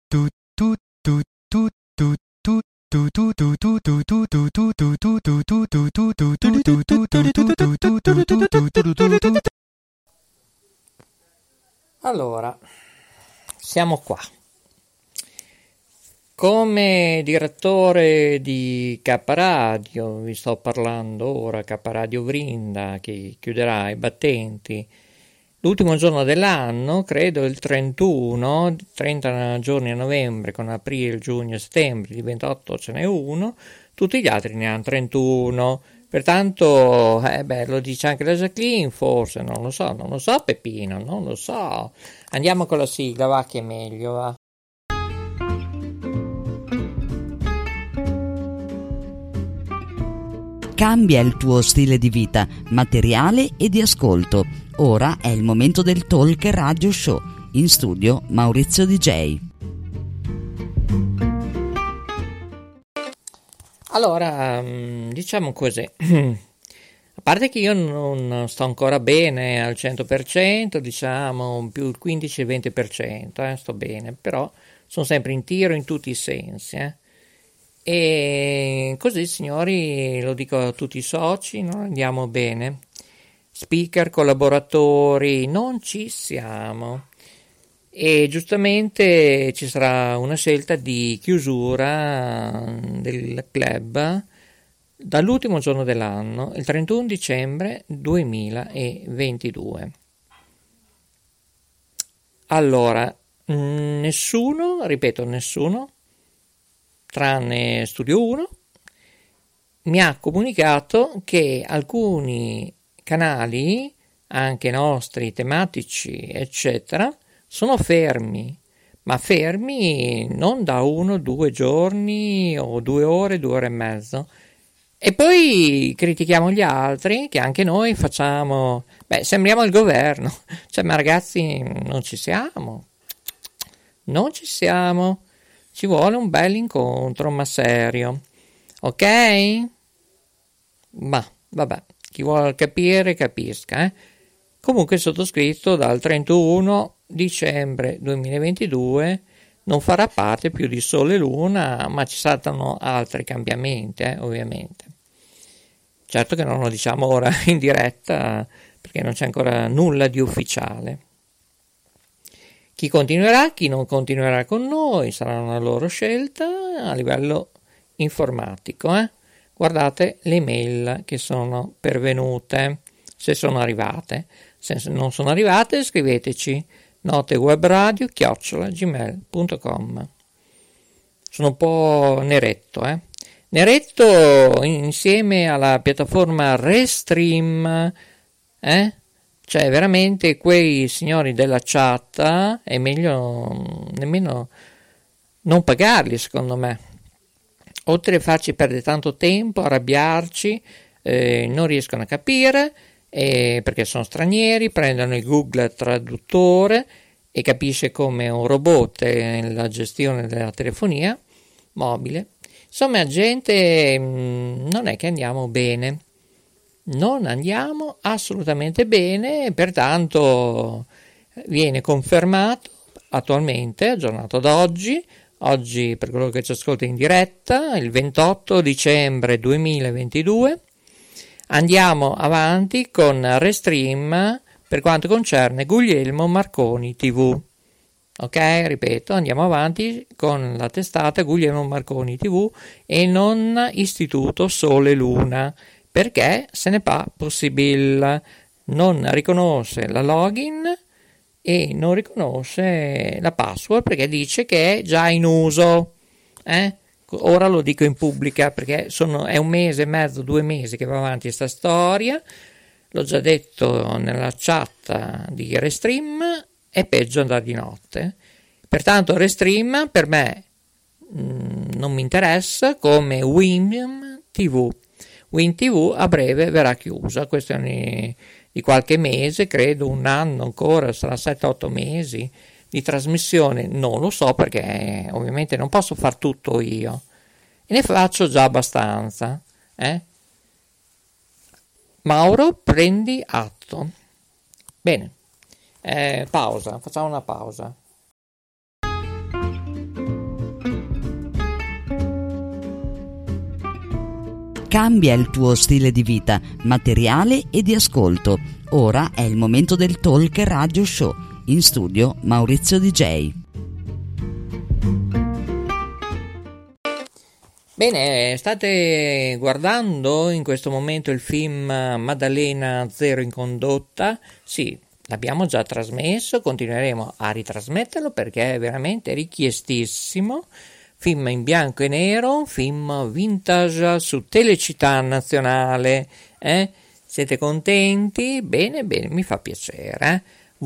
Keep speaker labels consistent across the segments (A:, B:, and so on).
A: Allora, siamo qua. Come direttore di K Radio, vi sto parlando ora, K Radio Vrinda, che chiuderà i battenti l'ultimo giorno dell'anno, credo il 31, 30 giorni a novembre, con aprile, giugno e settembre, di 28 ce n'è uno, tutti gli altri ne hanno 31. Pertanto, lo dice anche la Jacqueline, forse, non lo so Peppino, non lo so. Andiamo con la sigla, va che è meglio, va.
B: Cambia il tuo stile di vita, materiale e di ascolto. Ora è il momento del Talk Radio Show. In studio Maurizio DJ.
A: Allora, diciamo così, a parte che io non sto ancora bene al 100%, diciamo più il 15-20%, sto bene, però sono sempre in tiro in tutti i sensi, E così, signori, lo dico a tutti i soci, non andiamo bene. Speaker, collaboratori, non ci siamo. E giustamente ci sarà una scelta di chiusura del club dall'ultimo giorno dell'anno, il 31 dicembre 2022. Allora, nessuno, tranne Studio 1, mi ha comunicato che alcuni canali, anche nostri, tematici, eccetera, sono fermi, ma fermi non da 1-2 giorni o 2 ore, 2 ore e mezzo. E poi critichiamo gli altri, che anche noi facciamo, sembriamo il governo, ma ragazzi non ci siamo, ci vuole un bel incontro, ma serio, ok? Ma vabbè, chi vuole capire capisca, Comunque il sottoscritto dal 31 dicembre 2022 non farà parte più di Sole e Luna, ma ci saranno altri cambiamenti, ovviamente. Certo che non lo diciamo ora in diretta, perché non c'è ancora nulla di ufficiale. Chi continuerà, chi non continuerà con noi, sarà una loro scelta a livello informatico, Guardate le mail che sono pervenute, se sono arrivate. Se non sono arrivate, scriveteci notewebradio@gmail.com. Sono un po' neretto, Neretto insieme alla piattaforma Restream, Cioè veramente quei signori della chat è meglio nemmeno non pagarli, secondo me. Oltre a farci perdere tanto tempo, arrabbiarci, non riescono a capire, perché sono stranieri, prendono il Google traduttore e capisce come un robot la gestione della telefonia mobile. Insomma, gente, non è che andiamo bene, non andiamo assolutamente bene, pertanto viene confermato attualmente, aggiornato ad oggi per quello che ci ascolta in diretta, il 28 dicembre 2022, andiamo avanti con Restream per quanto concerne Guglielmo Marconi TV. Ok, ripeto, andiamo avanti con la testata Guglielmo Marconi TV e non Istituto Sole Luna, perché se ne fa possibile, non riconosce la login e non riconosce la password perché dice che è già in uso. Ora lo dico in pubblica perché è 1 mese e mezzo, 2 mesi che va avanti questa storia. L'ho già detto nella chat di Restream, è peggio andare di notte. Pertanto Restream per me non mi interessa, come Win TV. Win TV a breve verrà chiusa, questione di qualche mese, credo 1 anno ancora, sarà 7-8 mesi di trasmissione, non lo so perché ovviamente non posso far tutto io e ne faccio già abbastanza. Mauro, prendi atto. Bene, pausa, facciamo una pausa.
B: Cambia il tuo stile di vita, materiale e di ascolto. Ora è il momento del Talk Radio Show. In studio Maurizio DJ.
A: Bene, state guardando in questo momento il film Maddalena Zero in condotta? Sì, l'abbiamo già trasmesso, continueremo a ritrasmetterlo perché è veramente richiestissimo. Film in bianco e nero, film vintage su Telecittà Nazionale. Siete contenti? Bene, mi fa piacere.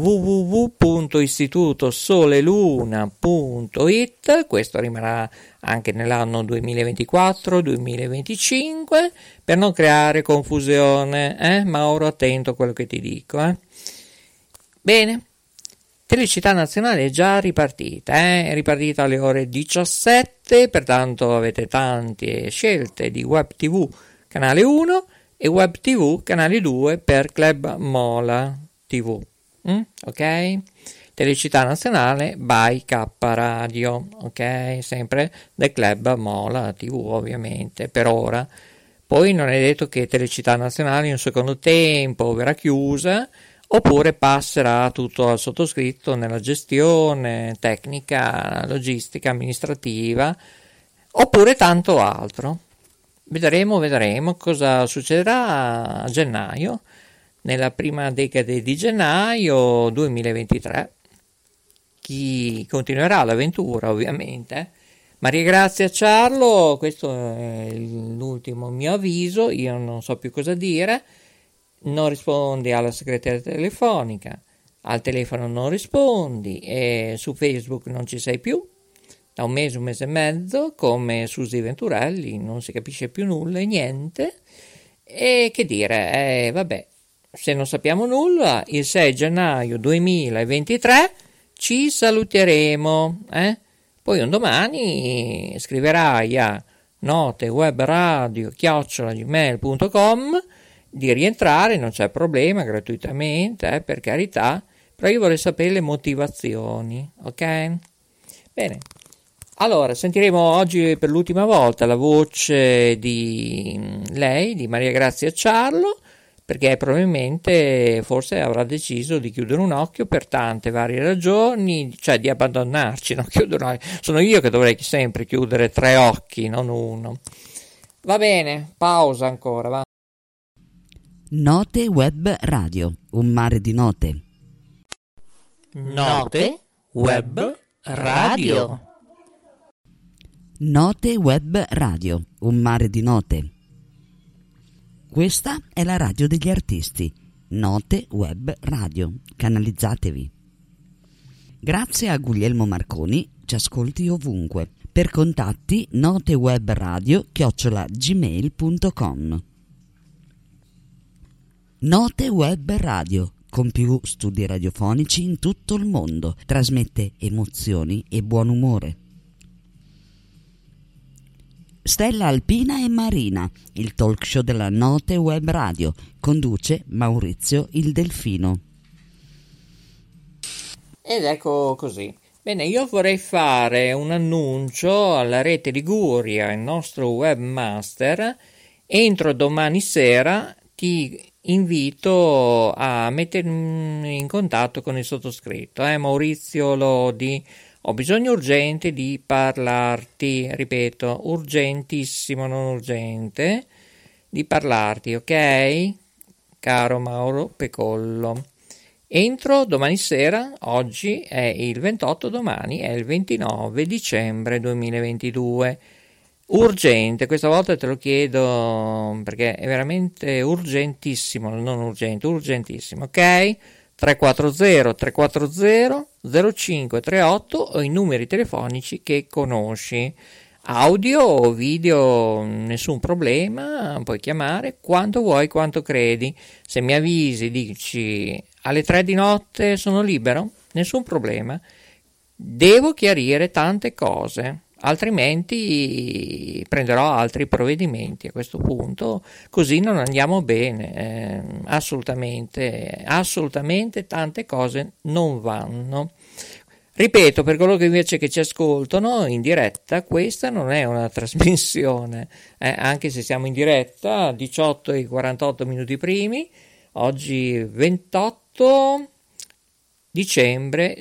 A: www.istitutosoleluna.it. Questo rimarrà anche nell'anno 2024-2025 per non creare confusione. Mauro, attento a quello che ti dico. Bene. Telecittà Nazionale è già ripartita, è ripartita alle ore 17, pertanto avete tante scelte di Web TV canale 1 e Web TV canale 2 per Club Mola TV, ok? Telecittà Nazionale by K Radio, ok? Sempre del Club Mola TV ovviamente, per ora. Poi non è detto che Telecittà Nazionale in un secondo tempo verrà chiusa, oppure passerà tutto al sottoscritto nella gestione tecnica, logistica, amministrativa, oppure tanto altro. Vedremo cosa succederà a gennaio, nella prima decade di gennaio 2023. Chi continuerà l'avventura, ovviamente. Maria Grazia Ciarlo, questo è l'ultimo mio avviso, io non so più cosa dire. Non rispondi alla segreteria telefonica, al telefono non rispondi e su Facebook non ci sei più da un mese e mezzo, come Susi Venturelli, non si capisce più nulla e niente. E che dire, vabbè, se non sappiamo nulla, il 6 gennaio 2023 ci saluteremo, Poi un domani scriverai a notewebradio@gmail.com di rientrare, non c'è problema, gratuitamente, per carità, però io vorrei sapere le motivazioni, ok? Bene, allora sentiremo oggi per l'ultima volta la voce di lei, di Maria Grazia Ciarlo, perché probabilmente forse avrà deciso di chiudere un occhio per tante varie ragioni, cioè di abbandonarci, non chiudere un occhio. Sono io che dovrei sempre chiudere 3 occhi, non uno. Va bene, pausa ancora, va.
B: Note Web Radio, un mare di note.
A: Note Web Radio.
B: Note Web Radio, un mare di note. Questa è la radio degli artisti. Note Web Radio, canalizzatevi. Grazie a Guglielmo Marconi, ci ascolti ovunque. Per contatti notewebradio@gmail.com. Note Web Radio, con più studi radiofonici in tutto il mondo, trasmette emozioni e buon umore. Stella Alpina e Marina, il talk show della Note Web Radio, conduce Maurizio il Delfino.
A: Ed ecco così. Bene, io vorrei fare un annuncio alla Rete Liguria, il nostro webmaster. Entro domani sera ti invito a mettermi in contatto con il sottoscritto, Maurizio Lodi. Ho bisogno urgente di parlarti, ripeto, urgentissimo, non urgente, di parlarti, ok? Caro Mauro Pecollo. Entro domani sera, oggi è il 28, domani è il 29 dicembre 2022. Urgente, questa volta te lo chiedo perché è veramente urgentissimo, non urgente, urgentissimo, ok? 340 0538 o i numeri telefonici che conosci. Audio o video, nessun problema, puoi chiamare quando vuoi, quanto credi. Se mi avvisi, dici alle 3 di notte sono libero, nessun problema. Devo chiarire tante cose, altrimenti prenderò altri provvedimenti a questo punto, così non andiamo bene, assolutamente tante cose non vanno. Ripeto, per coloro che invece che ci ascoltano in diretta, questa non è una trasmissione, anche se siamo in diretta, 18 e 48 minuti primi, oggi 28 dicembre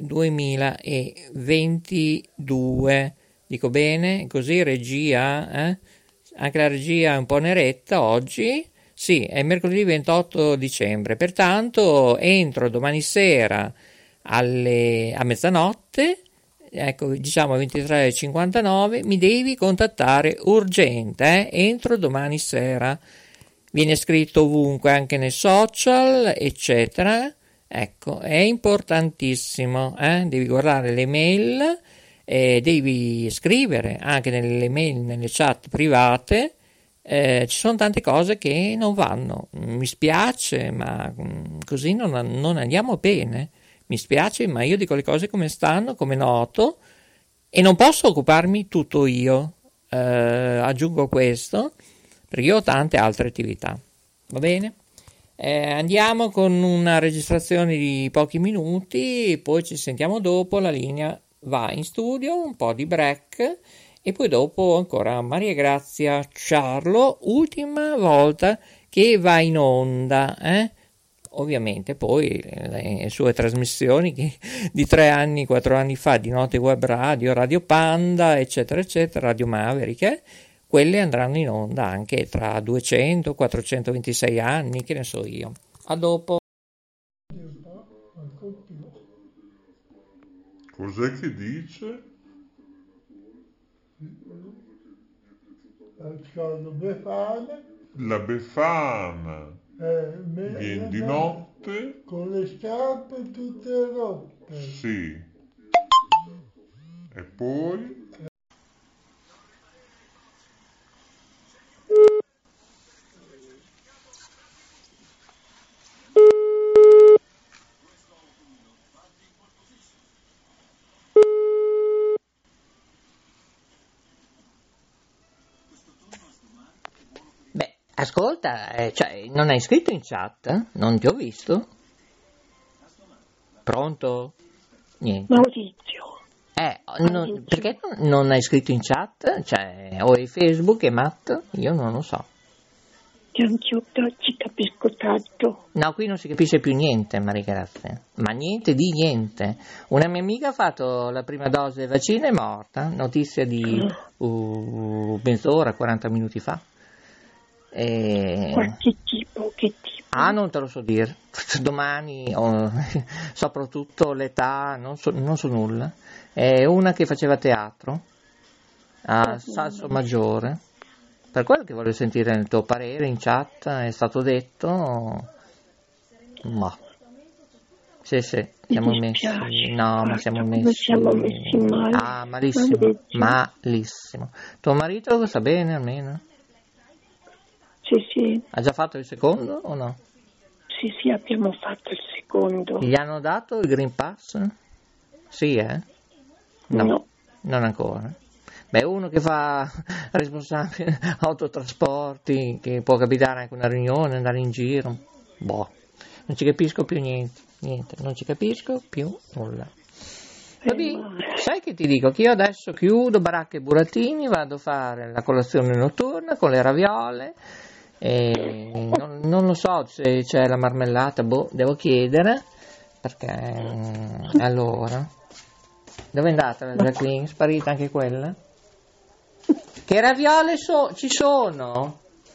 A: 2022, dico bene? Così regia, anche la regia è un po' neretta oggi, sì, è mercoledì 28 dicembre, pertanto entro domani sera a mezzanotte, ecco, diciamo 23:59, mi devi contattare urgente, entro domani sera. Viene scritto ovunque, anche nei social, eccetera. Ecco, è importantissimo, devi guardare le mail, devi scrivere anche nelle mail, nelle chat private. Ci sono tante cose che non vanno, mi spiace, ma così non andiamo bene. Mi spiace, ma io dico le cose come stanno, come noto, e non posso occuparmi tutto io. Aggiungo questo, perché io ho tante altre attività. Va bene? Andiamo con una registrazione di pochi minuti, poi ci sentiamo dopo, la linea va in studio, un po' di break, e poi dopo ancora Maria Grazia Ciarlo, ultima volta che va in onda, Ovviamente poi le sue trasmissioni di 3 anni, 4 anni fa di Note Web Radio, Radio Panda, eccetera, eccetera, Radio Maverick, quelle andranno in onda anche tra 200, 426 anni, che ne so io. A dopo.
C: Cos'è che dice? La Befana. Viene di notte
D: con le scarpe tutte rotte.
C: Sì. E poi
A: Ascolta, cioè, non hai scritto in chat? Non ti ho visto? Pronto? Niente.
E: Maurizio.
A: Perché non hai scritto in chat? Cioè, o è Facebook, è Matt? Io non lo so.
E: Che anch'io ci capisco tanto.
A: No, qui non si capisce più niente, Maria Grazia. Ma niente di niente. Una mia amica ha fatto la prima dose del vaccino e è morta. Notizia di mezz'ora, 40 minuti fa.
E: Qualche tipo, che tipo?
A: Ah, non te lo so dire. Domani, soprattutto l'età, non so nulla. È una che faceva teatro a Salso Maggiore. Per quello che voglio sentire il tuo parere in chat, è stato detto. Ma sì, siamo messi. No, ma siamo messi.
E: Siamo messi male.
A: Ah, malissimo. Tuo marito sta bene almeno?
E: Sì.
A: Ha già fatto il secondo o no?
E: Sì, abbiamo fatto il secondo.
A: Gli hanno dato il Green Pass? Sì, No, non ancora. Beh, uno che fa responsabile autotrasporti, che può capitare anche una riunione, andare in giro. Non ci capisco più niente, non ci capisco più nulla. Vabbè, sai che ti dico? Che io adesso chiudo baracche e burattini, vado a fare la colazione notturna con le raviole. Non lo so se c'è la marmellata, devo chiedere, perché allora dove è andata la Jacqueline? Sparita anche quella? Che raviole ci sono?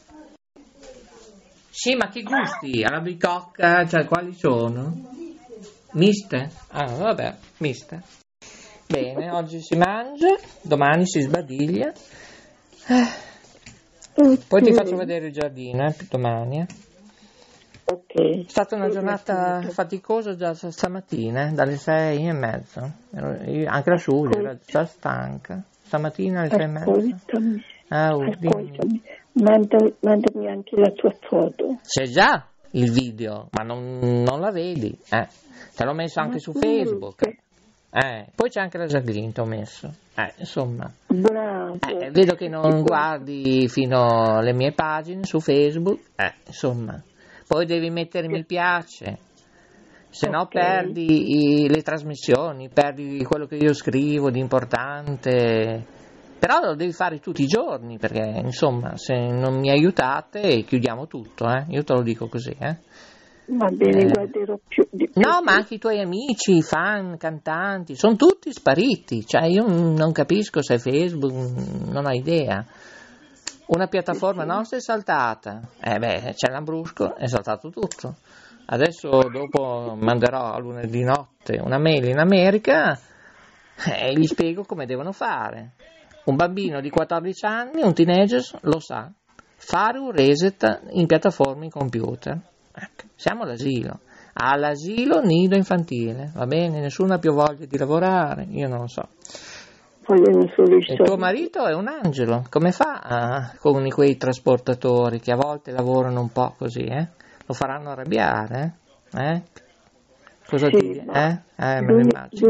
A: Sì, ma che gusti? Alla bicocca, cioè quali sono? Miste? Ah, vabbè, miste. Bene, oggi si mangia, domani si sbadiglia. Poi ti faccio vedere il giardino, domani.
E: Ok.
A: È stata una giornata faticosa già stamattina, dalle 6:30. Anche la Giulia era già stanca. Stamattina alle 6:30.
E: Ascoltami. Mandami anche la tua foto.
A: C'è già il video, ma non la vedi. Te l'ho messo anche su Facebook. Poi c'è anche la Jacqueline, ti ho messo. Insomma.
E: Bravo.
A: Vedo che non guardi fino alle mie pagine su Facebook. Insomma. Poi devi mettere mi piace. se no perdi le trasmissioni, perdi quello che io scrivo di importante. Però lo devi fare tutti i giorni, perché insomma, se non mi aiutate chiudiamo tutto, io te lo dico così.
E: Va bene, guarderò più.
A: No, ma anche i tuoi amici, i fan, cantanti, sono tutti spariti, cioè io non capisco se Facebook, non ho idea. Una piattaforma nostra è saltata, c'è l'Ambrusco, è saltato tutto. Adesso dopo manderò a lunedì notte una mail in America e gli spiego come devono fare. Un bambino di 14 anni, un teenager, lo sa, fare un reset in piattaforme in computer. Ecco, siamo all'asilo nido infantile, va bene? Nessuno ha più voglia di lavorare, io non lo so.
E: Vogliono solo
A: Il tuo marito è un angelo, come fa con quei trasportatori che a volte lavorano un po' così, Lo faranno arrabbiare, Cosa
E: sì,
A: ti dici? Me lo immagino.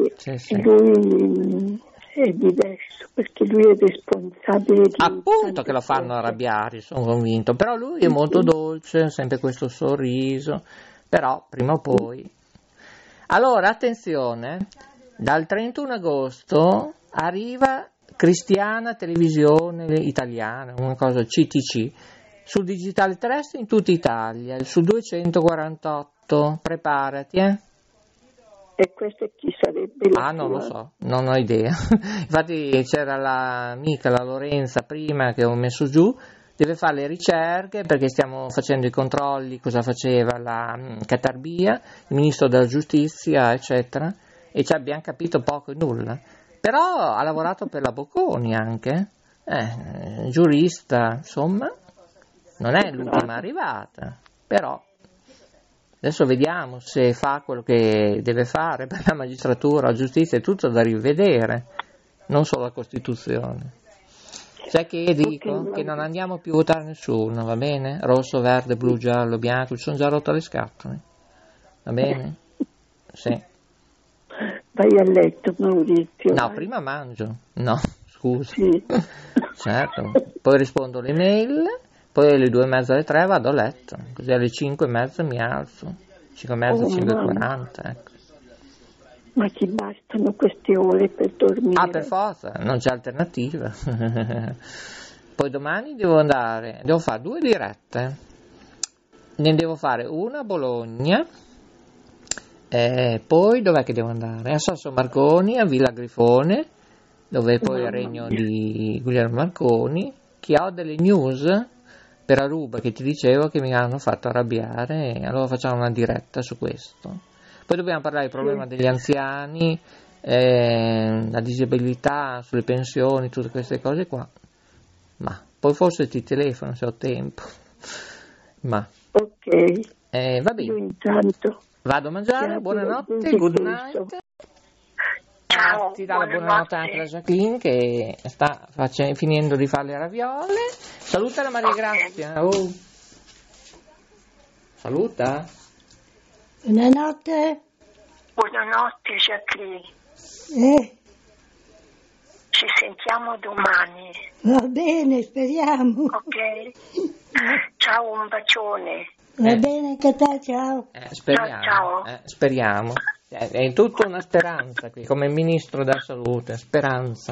E: Lui è diverso, perché lui è responsabile di...
A: Appunto che lo fanno arrabbiare, sono convinto, però lui è molto dolce, sempre questo sorriso, però prima o poi... Allora, attenzione, dal 31 agosto arriva Cristiana Televisione Italiana, una cosa CTC, sul digitale terrestre in tutta Italia, su 248, preparati,
E: E questo chi sarebbe la
A: non lo so, non ho idea. Infatti c'era l'amica, la Lorenza, prima che ho messo giù, deve fare le ricerche perché stiamo facendo i controlli, cosa faceva la Catarbia, il ministro della giustizia, eccetera, e ci abbiamo capito poco e nulla. Però ha lavorato per la Bocconi anche, giurista, insomma, non è l'ultima arrivata, però adesso vediamo se fa quello che deve fare per la magistratura, la giustizia, è tutto da rivedere, non solo la Costituzione. Sai che dico? Che non andiamo più a votare nessuno, va bene? Rosso, verde, blu, giallo, bianco, ci sono già rotte le scatole, va bene? Sì.
E: Vai a letto, Maurizio.
A: No, prima mangio. No, scusa.
E: Sì.
A: Certo. Poi rispondo alle mail, poi alle 2:30, alle 3 vado a letto. Così alle 5:30 mi alzo. 5:30, 5:40, ecco.
E: Ma ti bastano queste ore per dormire?
A: Per forza, non c'è alternativa. Poi domani devo fare 2 dirette. Ne devo fare una a Bologna. Poi dov'è che devo andare? A Sasso Marconi, a Villa Grifone, dove poi è il regno di Guglielmo Marconi, che ho delle news per Aruba che ti dicevo che mi hanno fatto arrabbiare, e allora facciamo una diretta su questo. Poi dobbiamo parlare del problema degli anziani, la disabilità, sulle pensioni, tutte queste cose qua. Ma poi forse ti telefono se ho tempo. Ma
E: ok,
A: va bene.
E: Io intanto
A: Vado a mangiare, buonanotte, good night.
E: Ciao,
A: Ti dà la buonanotte anche la Jacqueline che sta finendo di fare le raviole. Saluta la Maria Grazia. Oh. Saluta.
D: Buonanotte.
E: Buonanotte Jacqueline. Ci sentiamo domani.
D: Va bene, speriamo.
E: Ok? Ciao, un bacione.
D: Va bene anche te, ciao.
A: Speriamo.
E: Ciao.
A: Speriamo. È tutta una speranza qui, come ministro della salute, speranza.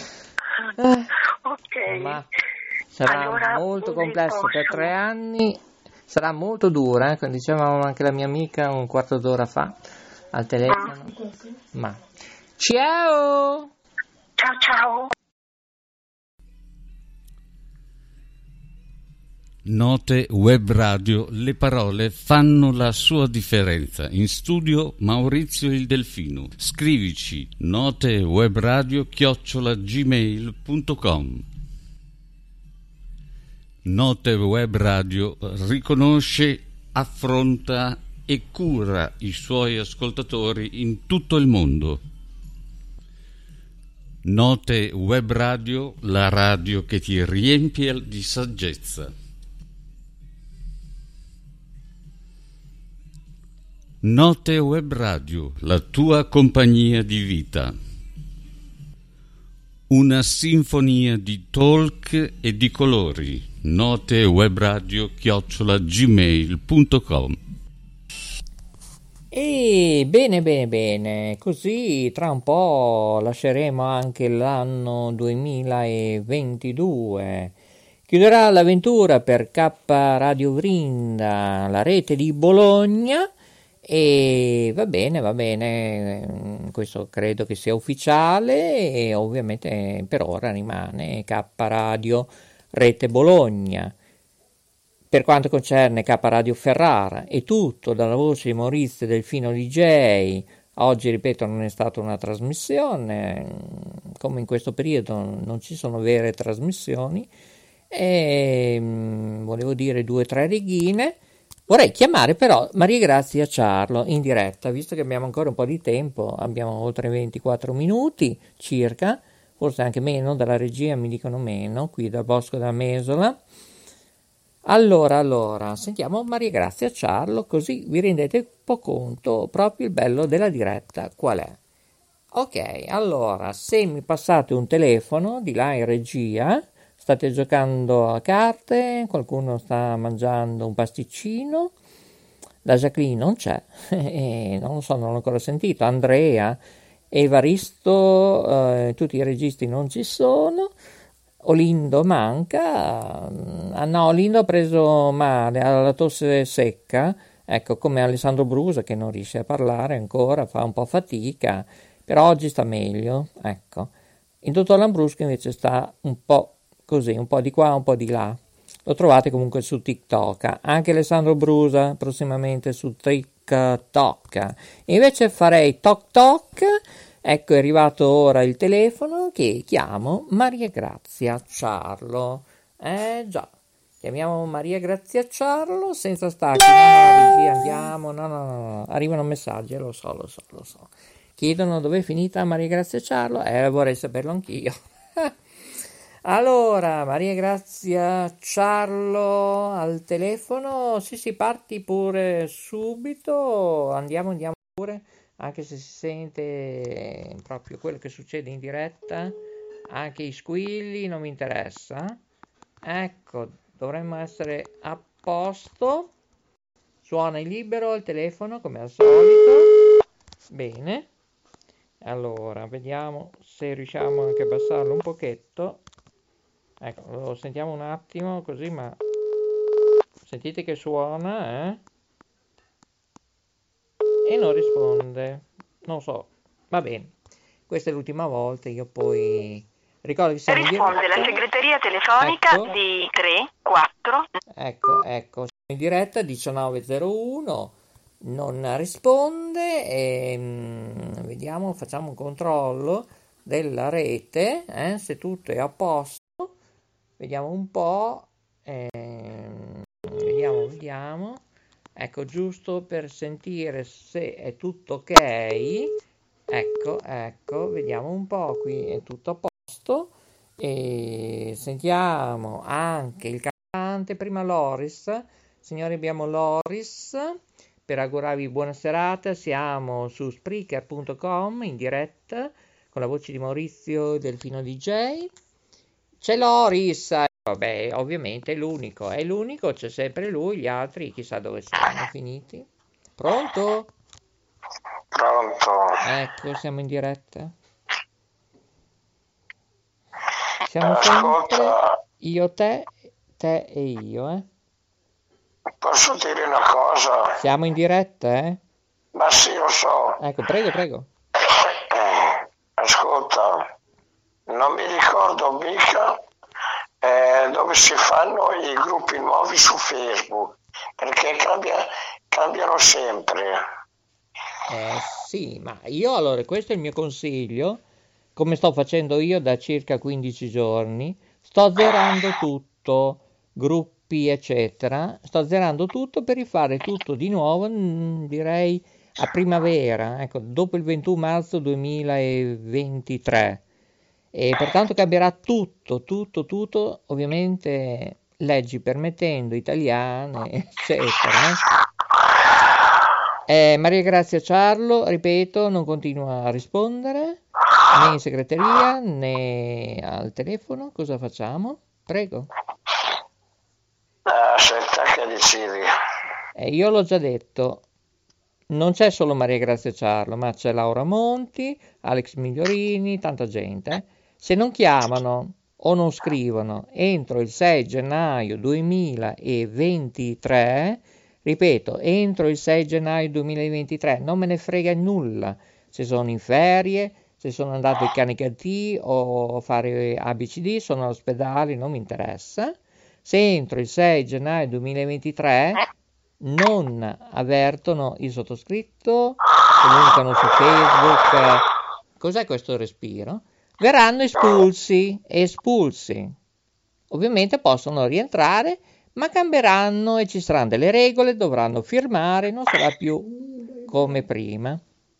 E: Ok.
A: Ma sarà
E: allora,
A: molto complesso per 3 anni, sarà molto dura, come diceva anche la mia amica un quarto d'ora fa al telefono. Ma ciao!
E: Ciao.
F: Note Web Radio, le parole fanno la sua differenza. In studio Maurizio il Delfino. Scrivici notewebradio@gmail.com. Note Web Radio riconosce, affronta e cura i suoi ascoltatori in tutto il mondo. Note Web Radio, la radio che ti riempie di saggezza. Note Web Radio, la tua compagnia di vita. Una sinfonia di talk e di colori. Notewebradio@gmail.com.
A: E bene, così tra un po' lasceremo anche l'anno 2022. Chiuderà l'avventura per K Radio Vrinda, la rete di Bologna, e va bene, questo credo che sia ufficiale e ovviamente per ora rimane K Radio Rete Bologna. Per quanto concerne K Radio Ferrara è tutto, dalla voce di Maurizio Delfino DJ. Oggi, ripeto, non è stata una trasmissione, come in questo periodo non ci sono vere trasmissioni, e volevo dire 2 o 3 righine. Vorrei chiamare però Maria Grazia Ciarlo in diretta, visto che abbiamo ancora un po' di tempo, abbiamo oltre 24 minuti circa, forse anche meno, dalla regia mi dicono meno, qui dal Bosco della Mesola. Allora, sentiamo Maria Grazia Ciarlo, così vi rendete un po' conto proprio il bello della diretta qual è. Ok, allora, se mi passate un telefono di là in regia, state giocando a carte, qualcuno sta mangiando un pasticcino, la Jacqueline non c'è, non lo so, non l'ho ancora sentito, Andrea, Evaristo, tutti i registi non ci sono, Olindo manca, no, Olindo ha preso male, ha la tosse secca, ecco, come Alessandro Brusa che non riesce a parlare ancora, fa un po' fatica, però oggi sta meglio, ecco. Il dottor Lambrusco invece sta un po' così, un po' di qua, un po' di là. Lo trovate comunque su TikTok, anche Alessandro Brusa prossimamente su TikTok. E invece farei toc toc. Ecco, è arrivato ora il telefono che chiamo Maria Grazia Ciarlo. Già, chiamiamo Maria Grazia Ciarlo senza stacchi. No, regia, andiamo. No. Arrivano messaggi, lo so. Chiedono dove è finita Maria Grazia Ciarlo. Vorrei saperlo anch'io. Allora, Maria Grazia Ciarlo al telefono. Sì, parti pure subito. Andiamo pure. Anche se si sente proprio quello che succede in diretta, anche i squilli, non mi interessa. Ecco, dovremmo essere a posto. Suona il libero il telefono come al solito. Bene. Allora, vediamo se riusciamo anche a abbassarlo un pochetto. Ecco, lo sentiamo un attimo così, ma sentite che suona, e non risponde, non so, va bene, questa è l'ultima volta, io poi ricordo che siamo
G: risponde la segreteria telefonica, ecco. Di 34
A: ecco, siamo in diretta 19:01, non risponde e vediamo, facciamo un controllo della rete, se tutto è a posto, vediamo un po', vediamo. Ecco, giusto per sentire se è tutto ok. Ecco, vediamo un po', qui è tutto a posto. E sentiamo anche il cantante, prima Loris. Signori, abbiamo Loris per augurarvi buona serata. Siamo su Spreaker.com in diretta con la voce di Maurizio Delfino DJ. C'è Loris. Vabbè, ovviamente è l'unico, c'è sempre lui, gli altri chissà dove siamo finiti. Pronto?
H: Pronto.
A: Ecco, siamo in diretta. Siamo sempre io, te e io,
H: Posso dire una cosa?
A: Siamo in diretta,
H: Ma sì, lo so.
A: Ecco, prego.
H: Ascolta, non mi ricordo mica dove si fanno i gruppi nuovi su Facebook, perché cambiano sempre.
A: Sì, ma io allora, questo è il mio consiglio, come sto facendo io da circa 15 giorni, sto zerando tutto, gruppi eccetera, sto zerando tutto per rifare tutto di nuovo, direi a primavera, ecco, dopo il 21 marzo 2023. E pertanto cambierà tutto, ovviamente leggi permettendo, italiane, eccetera. Maria Grazia Ciarlo, ripeto, non continua a rispondere, né in segreteria, né al telefono. Cosa facciamo? Prego.
H: Sei te che decidi.
A: Io l'ho già detto, non c'è solo Maria Grazia Ciarlo, ma c'è Laura Monti, Alex Migliorini, tanta gente. Se non chiamano o non scrivono entro il 6 gennaio 2023, ripeto, entro il 6 gennaio 2023, non me ne frega nulla se sono in ferie, se sono andato ai Canicattì o a fare ABCD, sono all'ospedale, non mi interessa. Se entro il 6 gennaio 2023 non avvertono il sottoscritto, comunicano su Facebook, cos'è questo respiro? Verranno espulsi. Ovviamente possono rientrare, ma cambieranno e ci saranno delle regole, dovranno firmare, non sarà più come prima.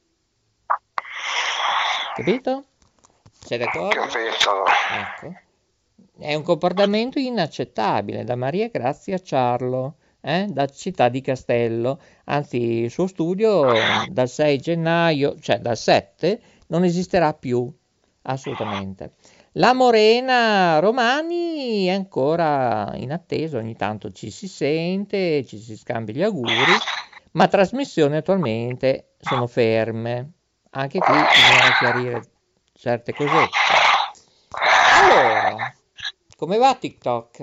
A: Capito? Sei d'accordo?
H: Capito.
A: Ecco. È un comportamento inaccettabile da Maria Grazia Ciarlo, da Città di Castello. Anzi, il suo studio dal 6 gennaio, cioè dal 7, non esisterà più, assolutamente. La Morena Romani è ancora in attesa, ogni tanto ci si sente, ci si scambia gli auguri, ma trasmissioni attualmente sono ferme. Anche qui bisogna chiarire certe cosette. Allora, come va TikTok?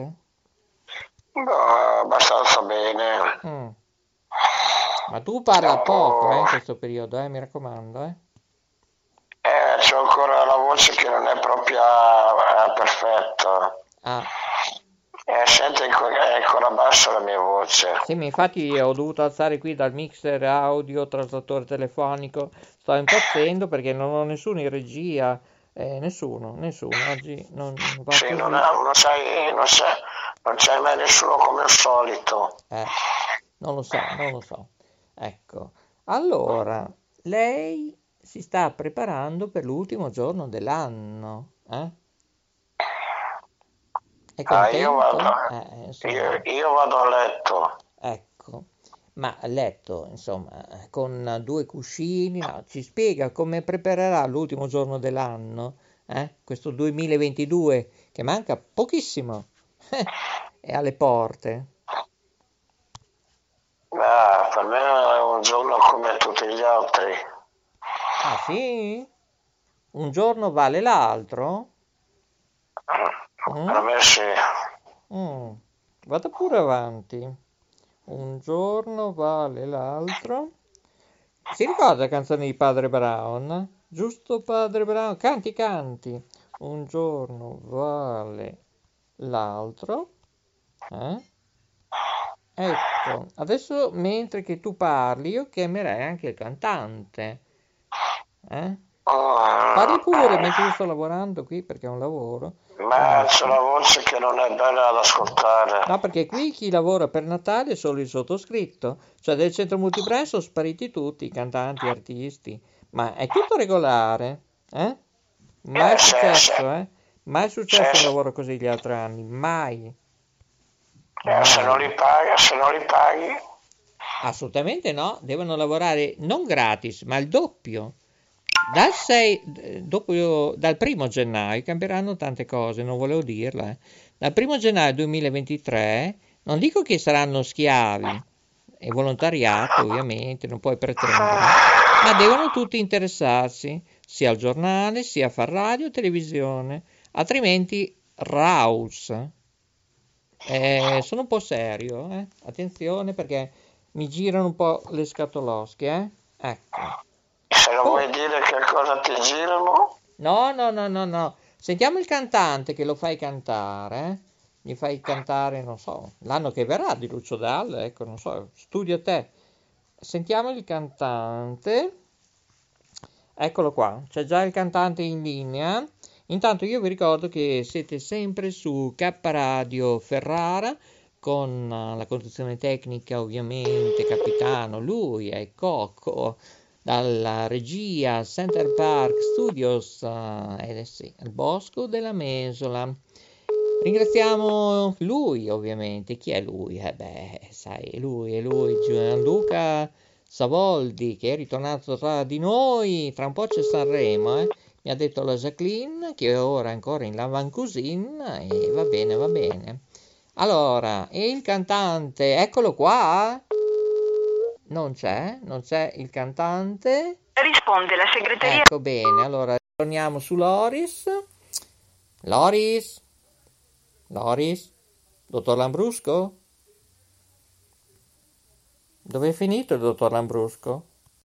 H: Abbastanza bene.
A: Ma tu parla poco in questo periodo, mi raccomando.
H: C'ho ancora la voce che non è proprio perfetta. Senti, è ancora bassa la mia voce.
A: Sì, ma infatti ho dovuto alzare qui dal mixer audio, traslatore telefonico. Sto impazzendo perché non ho nessuno in regia. Nessuno. Oggi non va
H: sì,
A: così.
H: Non c'è mai nessuno come al solito.
A: Non lo so. Ecco, allora, lei si sta preparando per l'ultimo giorno dell'anno, È contento?
H: Io vado a letto.
A: Ecco, ma a letto, insomma, con 2 cuscini, no, ci spiega come preparerà l'ultimo giorno dell'anno, questo 2022, che manca pochissimo, è alle porte.
H: Per me è un giorno come tutti gli altri.
A: Ah sì? Un giorno vale l'altro?
H: Per me sì.
A: Vado pure avanti. Un giorno vale l'altro. Si ricorda la canzone di Padre Brown? Giusto, Padre Brown? Canti. Un giorno vale l'altro. Ecco, adesso mentre che tu parli io chiamerei anche il cantante. Parli pure mentre io sto lavorando qui perché è un lavoro.
H: Ma c'è la voce che non è bella da ascoltare.
A: No, perché qui chi lavora per Natale è solo il sottoscritto. Cioè del centro multibrand sono spariti tutti, i cantanti, artisti. Ma è tutto regolare, Mai è successo, Mai è successo un lavoro così gli altri anni, mai.
H: Se non li paghi?
A: Assolutamente no, devono lavorare non gratis, ma il doppio. Dal 1 gennaio cambieranno tante cose, non volevo dirla. Dal 1 gennaio 2023 non dico che saranno schiavi, è volontariato ovviamente, non puoi pretendere, ma devono tutti interessarsi, sia al giornale, sia a far radio e televisione, altrimenti raus. Sono un po' serio, attenzione perché mi girano un po' le scatolosche, ecco.
H: Se non vuoi dire che cosa ti girano?
A: No. Sentiamo il cantante che lo fai cantare, Gli fai cantare, non so, l'anno che verrà di Lucio Dalla, ecco, non so, studia te. Sentiamo il cantante. Eccolo qua, c'è già il cantante in linea. Intanto io vi ricordo che siete sempre su K Radio Ferrara, con la conduzione tecnica ovviamente Capitano, lui è Cocco, dalla regia Center Park Studios, sì, al Bosco della Mesola. Ringraziamo lui ovviamente. Chi è lui? Sai, è lui, Gianluca Savoldi, che è ritornato tra di noi. Tra un po' c'è Sanremo, mi ha detto la Jacqueline, che ora è ancora in Lavancusin, e va bene. Allora, e il cantante, eccolo qua. Non c'è il cantante.
G: Risponde la segreteria.
A: Ecco, bene, allora torniamo su Loris. Loris? Dottor Lambrusco? Dove è finito il dottor Lambrusco?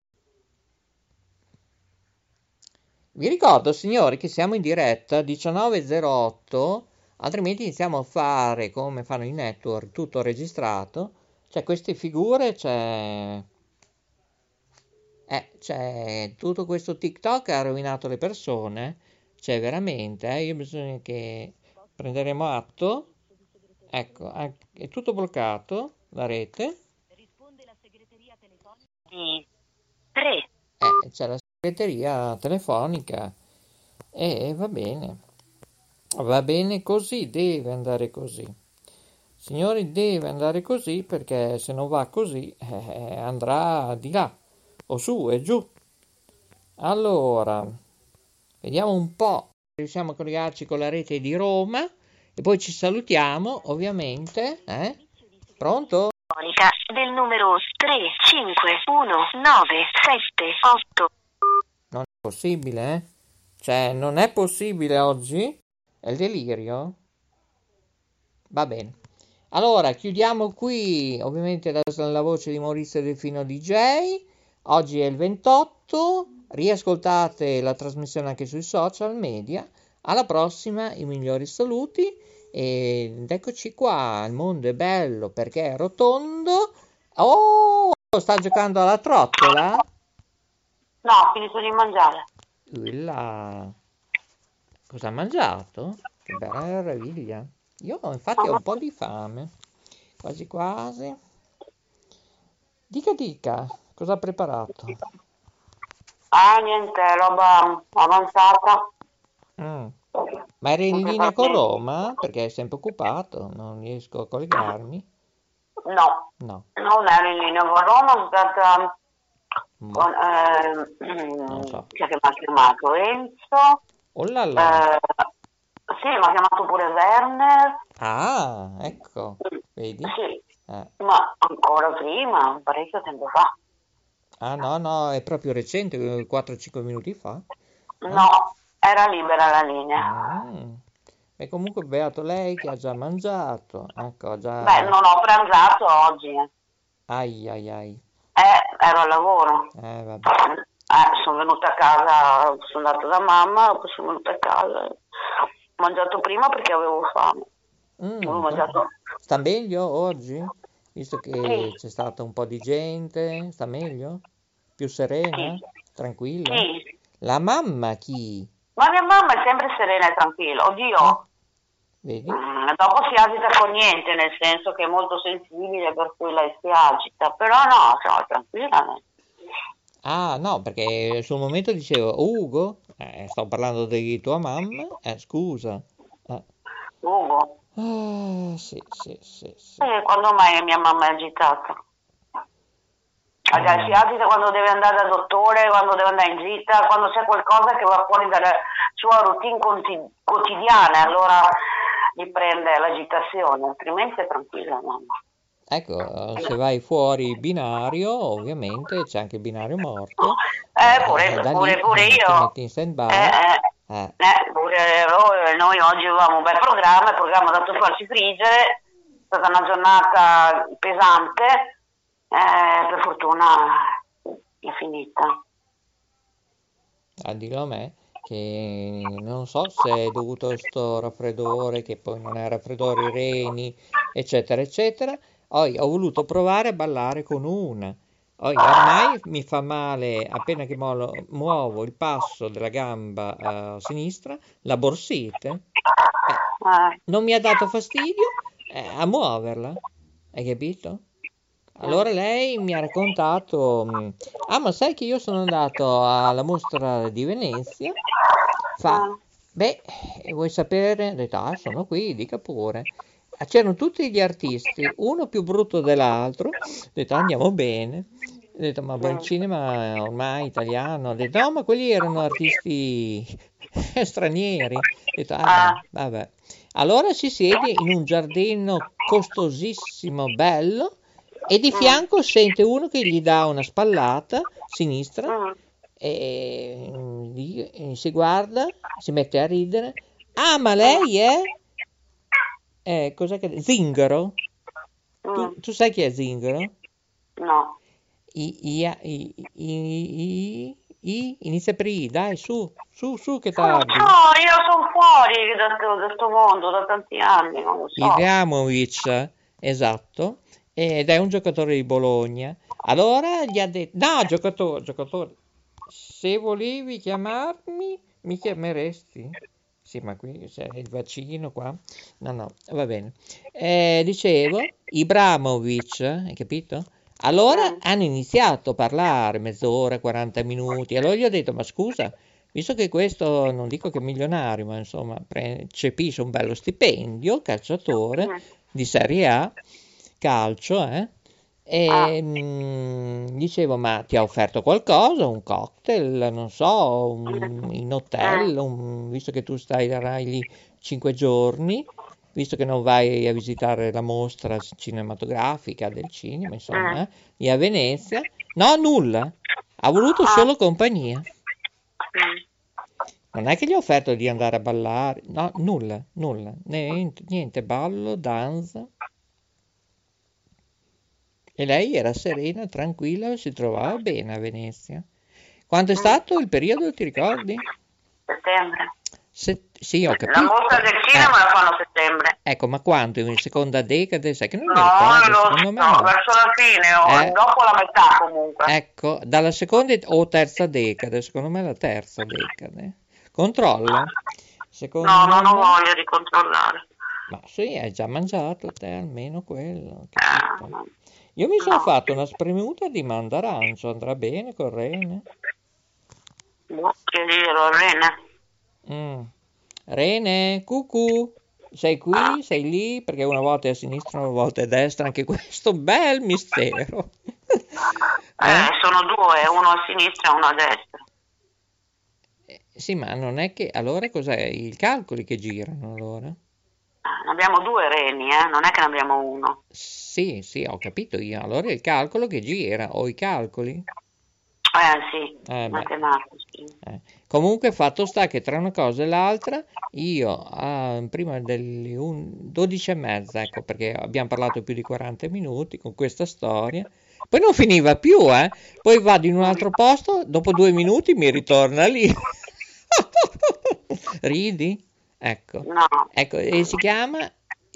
A: Vi ricordo, signori, che siamo in diretta 19.08, altrimenti iniziamo a fare come fanno i network, tutto registrato. C'è queste figure, c'è tutto questo TikTok ha rovinato le persone, c'è veramente, io bisogna che prenderemo atto. Ecco, è tutto bloccato, la rete.
G: Risponde la segreteria telefonica. 3.
A: C'è la segreteria telefonica e va bene così, deve andare così. Signori, deve andare così, perché se non va così andrà di là, o su e giù. Allora, vediamo un po', riusciamo a collegarci con la rete di Roma e poi ci salutiamo, ovviamente. Pronto?
G: Del numero 3519778.
A: Non è possibile, eh? Cioè, non è possibile oggi? È il delirio? Va bene. Allora, chiudiamo qui, ovviamente, la voce di Maurizio Delfino DJ. Oggi è il 28, riascoltate la trasmissione anche sui social media. Alla prossima, i migliori saluti. Ed eccoci qua, il mondo è bello perché è rotondo. Oh, sta giocando alla trottola?
I: No, ho finito di mangiare.
A: Cosa ha mangiato? Che bella meraviglia. Io infatti ho un po' di fame, quasi quasi. Dica, cosa ha preparato?
I: Niente, roba avanzata.
A: Ma era in linea con Roma? Perché è sempre occupato, non riesco a collegarmi.
I: No, non ero in linea con Roma, sono stata con
A: non so.
I: chi è che mi ha chiamato? Enzo.
A: Oh là là.
I: Sì, mi ha chiamato pure Werner.
A: Ah, ecco, vedi?
I: Sì, ma ancora prima, parecchio tempo fa.
A: Ah no, è proprio recente, 4-5 minuti fa.
I: No, era libera la linea.
A: E comunque beato lei che ha già mangiato. Ecco, già...
I: Beh, non ho pranzato oggi.
A: Ai.
I: Ero al lavoro.
A: Vabbè.
I: Sono venuta a casa, sono andata da mamma, poi sono venuta a casa. Ho mangiato prima perché avevo fame. Avevo mangiato.
A: Sta meglio oggi? Visto che c'è stata un po' di gente, sta meglio? Più serena?
I: Sì.
A: Tranquilla?
I: Sì.
A: La mamma chi?
I: Ma mia mamma è sempre serena e tranquilla. Oddio.
A: Vedi?
I: Dopo si agita con niente, nel senso che è molto sensibile, per cui lei si agita. Però no, cioè, tranquilla.
A: Ah, no, perché sul momento dicevo, Ugo, sto parlando di tua mamma, scusa.
I: Ugo?
A: Sì.
I: Quando mai mia mamma è agitata? Si agita quando deve andare dal dottore, quando deve andare in gita, quando c'è qualcosa che va fuori dalla sua routine quotidiana, allora gli prende l'agitazione, altrimenti è tranquilla mamma.
A: Ecco, se vai fuori binario, ovviamente c'è anche il binario morto.
I: Pure io.
A: Ti metti in stand-by.
I: Pure noi oggi avevamo un bel programma, il programma dato a farci friggere, è stata una giornata pesante, per fortuna è finita.
A: Dillo a me che non so se è dovuto a sto raffreddore, che poi non è raffreddore, i reni, eccetera, eccetera. Ho voluto provare a ballare con una. Ormai mi fa male appena che muovo il passo della gamba a sinistra, la borsite. Non mi ha dato fastidio a muoverla, hai capito? Allora lei mi ha raccontato, ma sai che io sono andato alla mostra di Venezia? Vuoi sapere? Ho detto, sono qui, dica pure. C'erano tutti gli artisti, uno più brutto dell'altro. Ho detto, andiamo bene. Ho detto, ma il cinema ormai italiano? Ho detto, no, ma quelli erano artisti stranieri. Ho detto, vabbè. Allora si siede in un giardino costosissimo, bello, e di fianco sente uno che gli dà una spallata sinistra e si guarda, si mette a ridere. Ah, ma lei è cos'è che Zingaro? Tu sai chi è Zingaro?
I: No.
A: Inizia per I, dai, su che
I: Non lo
A: tardi.
I: so, io sono fuori da questo mondo da tanti anni, non lo so.
A: Ibrahimovic, esatto, ed è un giocatore di Bologna. Allora gli ha detto, no, giocatore, se volevi chiamarmi, mi chiameresti? Sì, ma qui c'è il vaccino qua. No, va bene. Dicevo, Ibrahimovic, hai capito? Allora hanno iniziato a parlare mezz'ora, 40 minuti. Allora gli ho detto, ma scusa, visto che questo, non dico che è milionario, ma insomma, cepisce un bello stipendio, calciatore di Serie A, calcio, dicevo, ma ti ha offerto qualcosa? Un cocktail, non so, in hotel, visto che tu starai lì 5 giorni, visto che non vai a visitare la mostra cinematografica del cinema, insomma, lì a Venezia. No, nulla. Ha voluto solo compagnia. Non è che gli ho offerto di andare a ballare, no, nulla, niente, ballo, danza. E lei era serena, tranquilla, si trovava bene a Venezia. Quanto è stato il periodo, ti ricordi?
I: Settembre.
A: Sì, ho capito.
I: La mostra del cinema la fanno a settembre.
A: Ecco, ma quanto? In seconda decade? Sai che non mi
I: No,
A: ricordo, secondo me no.
I: verso la fine, o dopo la metà comunque.
A: Ecco, dalla seconda o terza decade, secondo me la terza decade. Controlla.
I: No, non ho voglia di controllare.
A: Ma sì, hai già mangiato te, almeno quello. Capito? Io mi sono fatto una spremuta di mandarancio, andrà bene col rene?
I: Che dirò, Rene?
A: Rene, cucù, sei qui, sei lì, perché una volta è a sinistra, una volta è a destra, anche questo bel mistero.
I: Sono due, uno a sinistra e uno a destra.
A: Sì, ma non è che, allora cos'è? I calcoli che girano, allora?
I: Ne abbiamo due reni, non è che ne abbiamo uno.
A: Sì, ho capito io. Allora è il calcolo che gira, o i calcoli?
I: Sì, matematici.
A: Comunque fatto sta che tra una cosa e l'altra, io prima delle 12:30, ecco, perché abbiamo parlato più di 40 minuti con questa storia, poi non finiva più, poi vado in un altro posto, dopo 2 minuti mi ritorna lì. Ridi? Ecco.
I: No.
A: Ecco, e si chiama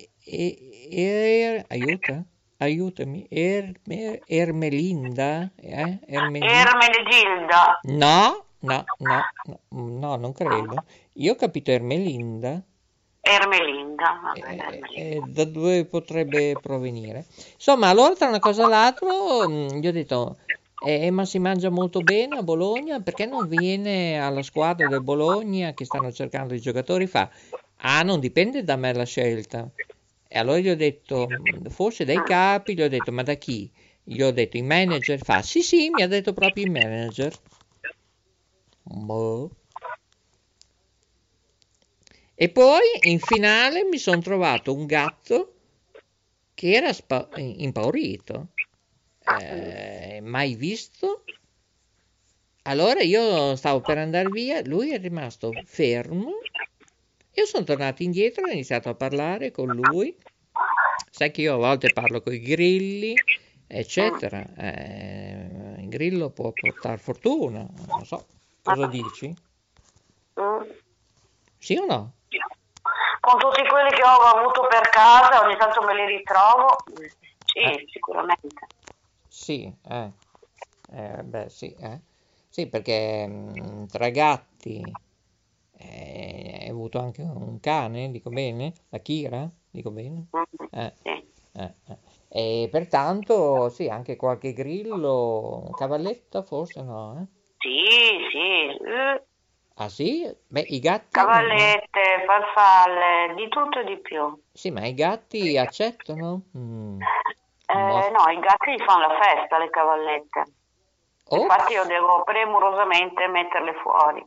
A: aiutami, Ermelinda?
I: Ermenegilda.
A: No, non credo. Io ho capito Ermelinda.
I: Ermelinda.
A: Da dove potrebbe provenire? Insomma, allora tra una cosa e l'altra gli ho detto, ma si mangia molto bene a Bologna, perché non viene alla squadra del Bologna che stanno cercando i giocatori? Fa, non dipende da me la scelta. E allora gli ho detto, forse dai capi, gli ho detto, ma da chi? Gli ho detto, il manager. Fa, sì, mi ha detto proprio il manager. Boh. E poi in finale mi sono trovato un gatto che era impaurito. Mai visto? Allora io stavo per andare via, lui è rimasto fermo. Io sono tornato indietro e ho iniziato a parlare con lui. Sai che io a volte parlo con i grilli, eccetera. Il grillo può portare fortuna, non so. Cosa dici? Sì o no?
I: Con tutti quelli che ho avuto per casa, ogni tanto me li ritrovo. Sì, sicuramente.
A: Sì, Sì, perché tra gatti hai avuto anche un cane, dico bene? La Kira, dico bene? E pertanto, sì, anche qualche grillo, cavalletta forse no?
I: Sì.
A: Ah sì? Beh, i gatti...
I: Cavallette, farfalle, di tutto e di più.
A: Sì, ma i gatti accettano?
I: No, i gatti gli fanno la festa, le cavallette. Infatti io devo premurosamente metterle fuori.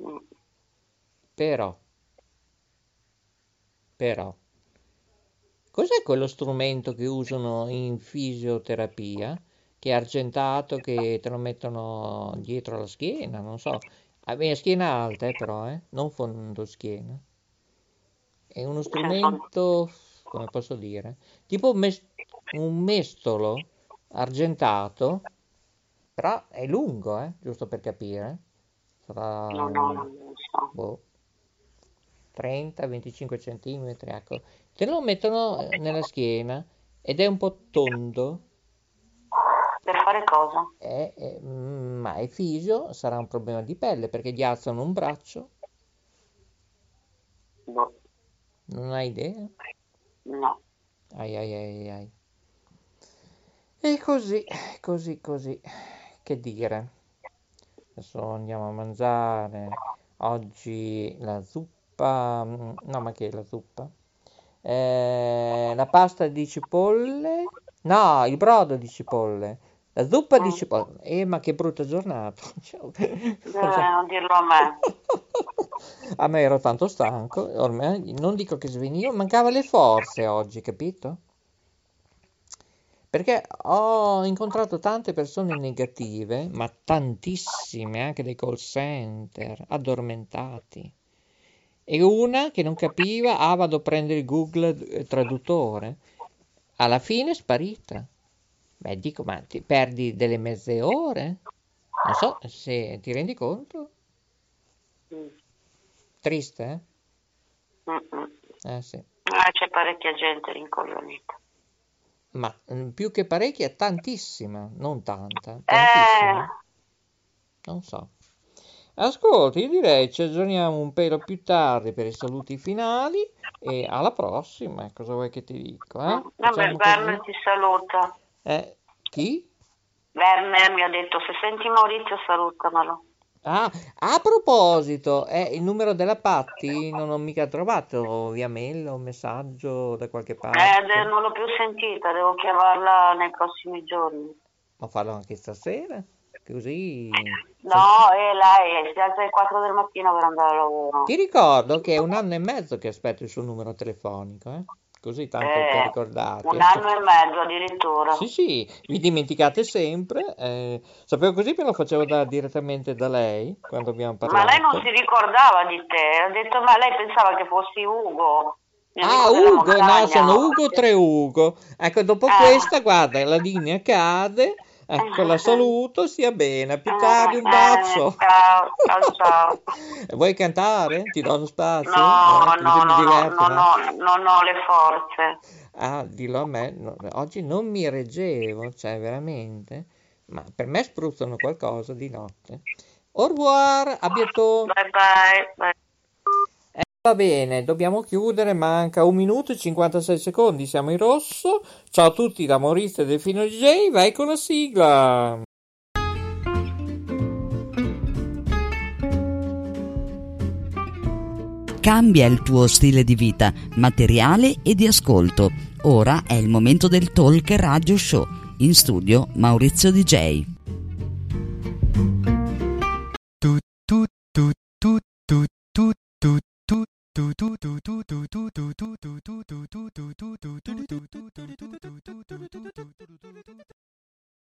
A: Però, Cos'è quello strumento che usano in fisioterapia? Che è argentato, che te lo mettono dietro la schiena, non so. Aveva schiena alta, però, non fondo schiena. È uno strumento, come posso dire, tipo un mestolo argentato, però è lungo, giusto per capire. Sarà
I: non so.
A: 30-25 centimetri, ecco. Te lo mettono nella schiena ed è un po' tondo.
I: Per fare cosa?
A: Ma è fisio, sarà un problema di pelle perché gli alzano un braccio.
I: Boh.
A: Non hai idea?
I: No.
A: Ai. E così. Che dire? Adesso andiamo a mangiare. Oggi la zuppa. No, ma che è la zuppa? La pasta di cipolle. No, il brodo di cipolle. La zuppa di cipolle. Ma che brutta giornata.
I: Non dirlo a me.
A: A me ero tanto stanco, ormai non dico che svenivo, mancava le forze oggi, capito? Perché ho incontrato tante persone negative, ma tantissime, anche dei call center, addormentati. E una che non capiva, vado a prendere il Google traduttore. Alla fine è sparita. Beh, dico, ma ti perdi delle mezze ore? Non so se ti rendi conto. Triste, sì.
I: C'è parecchia gente rincoglionita.
A: Ma più che parecchia, tantissima, non tanta, tantissima. Non so. Ascolta, io direi ci aggiorniamo un pelo più tardi per i saluti finali e alla prossima. Cosa vuoi che ti dico?
I: Vabbè, Werner ti saluta.
A: Chi?
I: Werner mi ha detto, se senti Maurizio salutamelo.
A: Ah, a proposito, il numero della Patti non ho mica trovato via mail o messaggio da qualche parte.
I: Non l'ho più sentita, devo chiamarla nei prossimi giorni.
A: Ma farlo anche stasera? Così...
I: No, lei si alza alle 4 del mattino per andare al lavoro.
A: Ti ricordo che è 1 anno e mezzo che aspetto il suo numero telefonico, Così tanto per ricordarti.
I: 1 anno e mezzo addirittura.
A: Sì, vi dimenticate sempre. Sapevo così, me lo facevo direttamente da lei quando abbiamo parlato.
I: Ma lei non si ricordava di te, ha detto, ma lei pensava che fossi Ugo.
A: Ugo, no, sono Ugo 3 Ugo. Ecco, dopo questa, guarda, la linea cade. Ecco, la saluto, stia bene, a più tardi, un bacio.
I: Ciao.
A: Vuoi cantare? Ti do uno spazio?
I: No, non ho le forze.
A: Dillo a me, oggi non mi reggevo, cioè veramente, ma per me spruzzano qualcosa di notte. Au revoir, a bientôt.
I: Bye.
A: Va bene, dobbiamo chiudere, manca 1 minuto e 56 secondi, siamo in rosso. Ciao a tutti da Maurizio e Delfino DJ, vai con la sigla.
B: Cambia il tuo stile di vita, materiale e di ascolto. Ora è il momento del Talk Radio Show. In studio Maurizio DJ.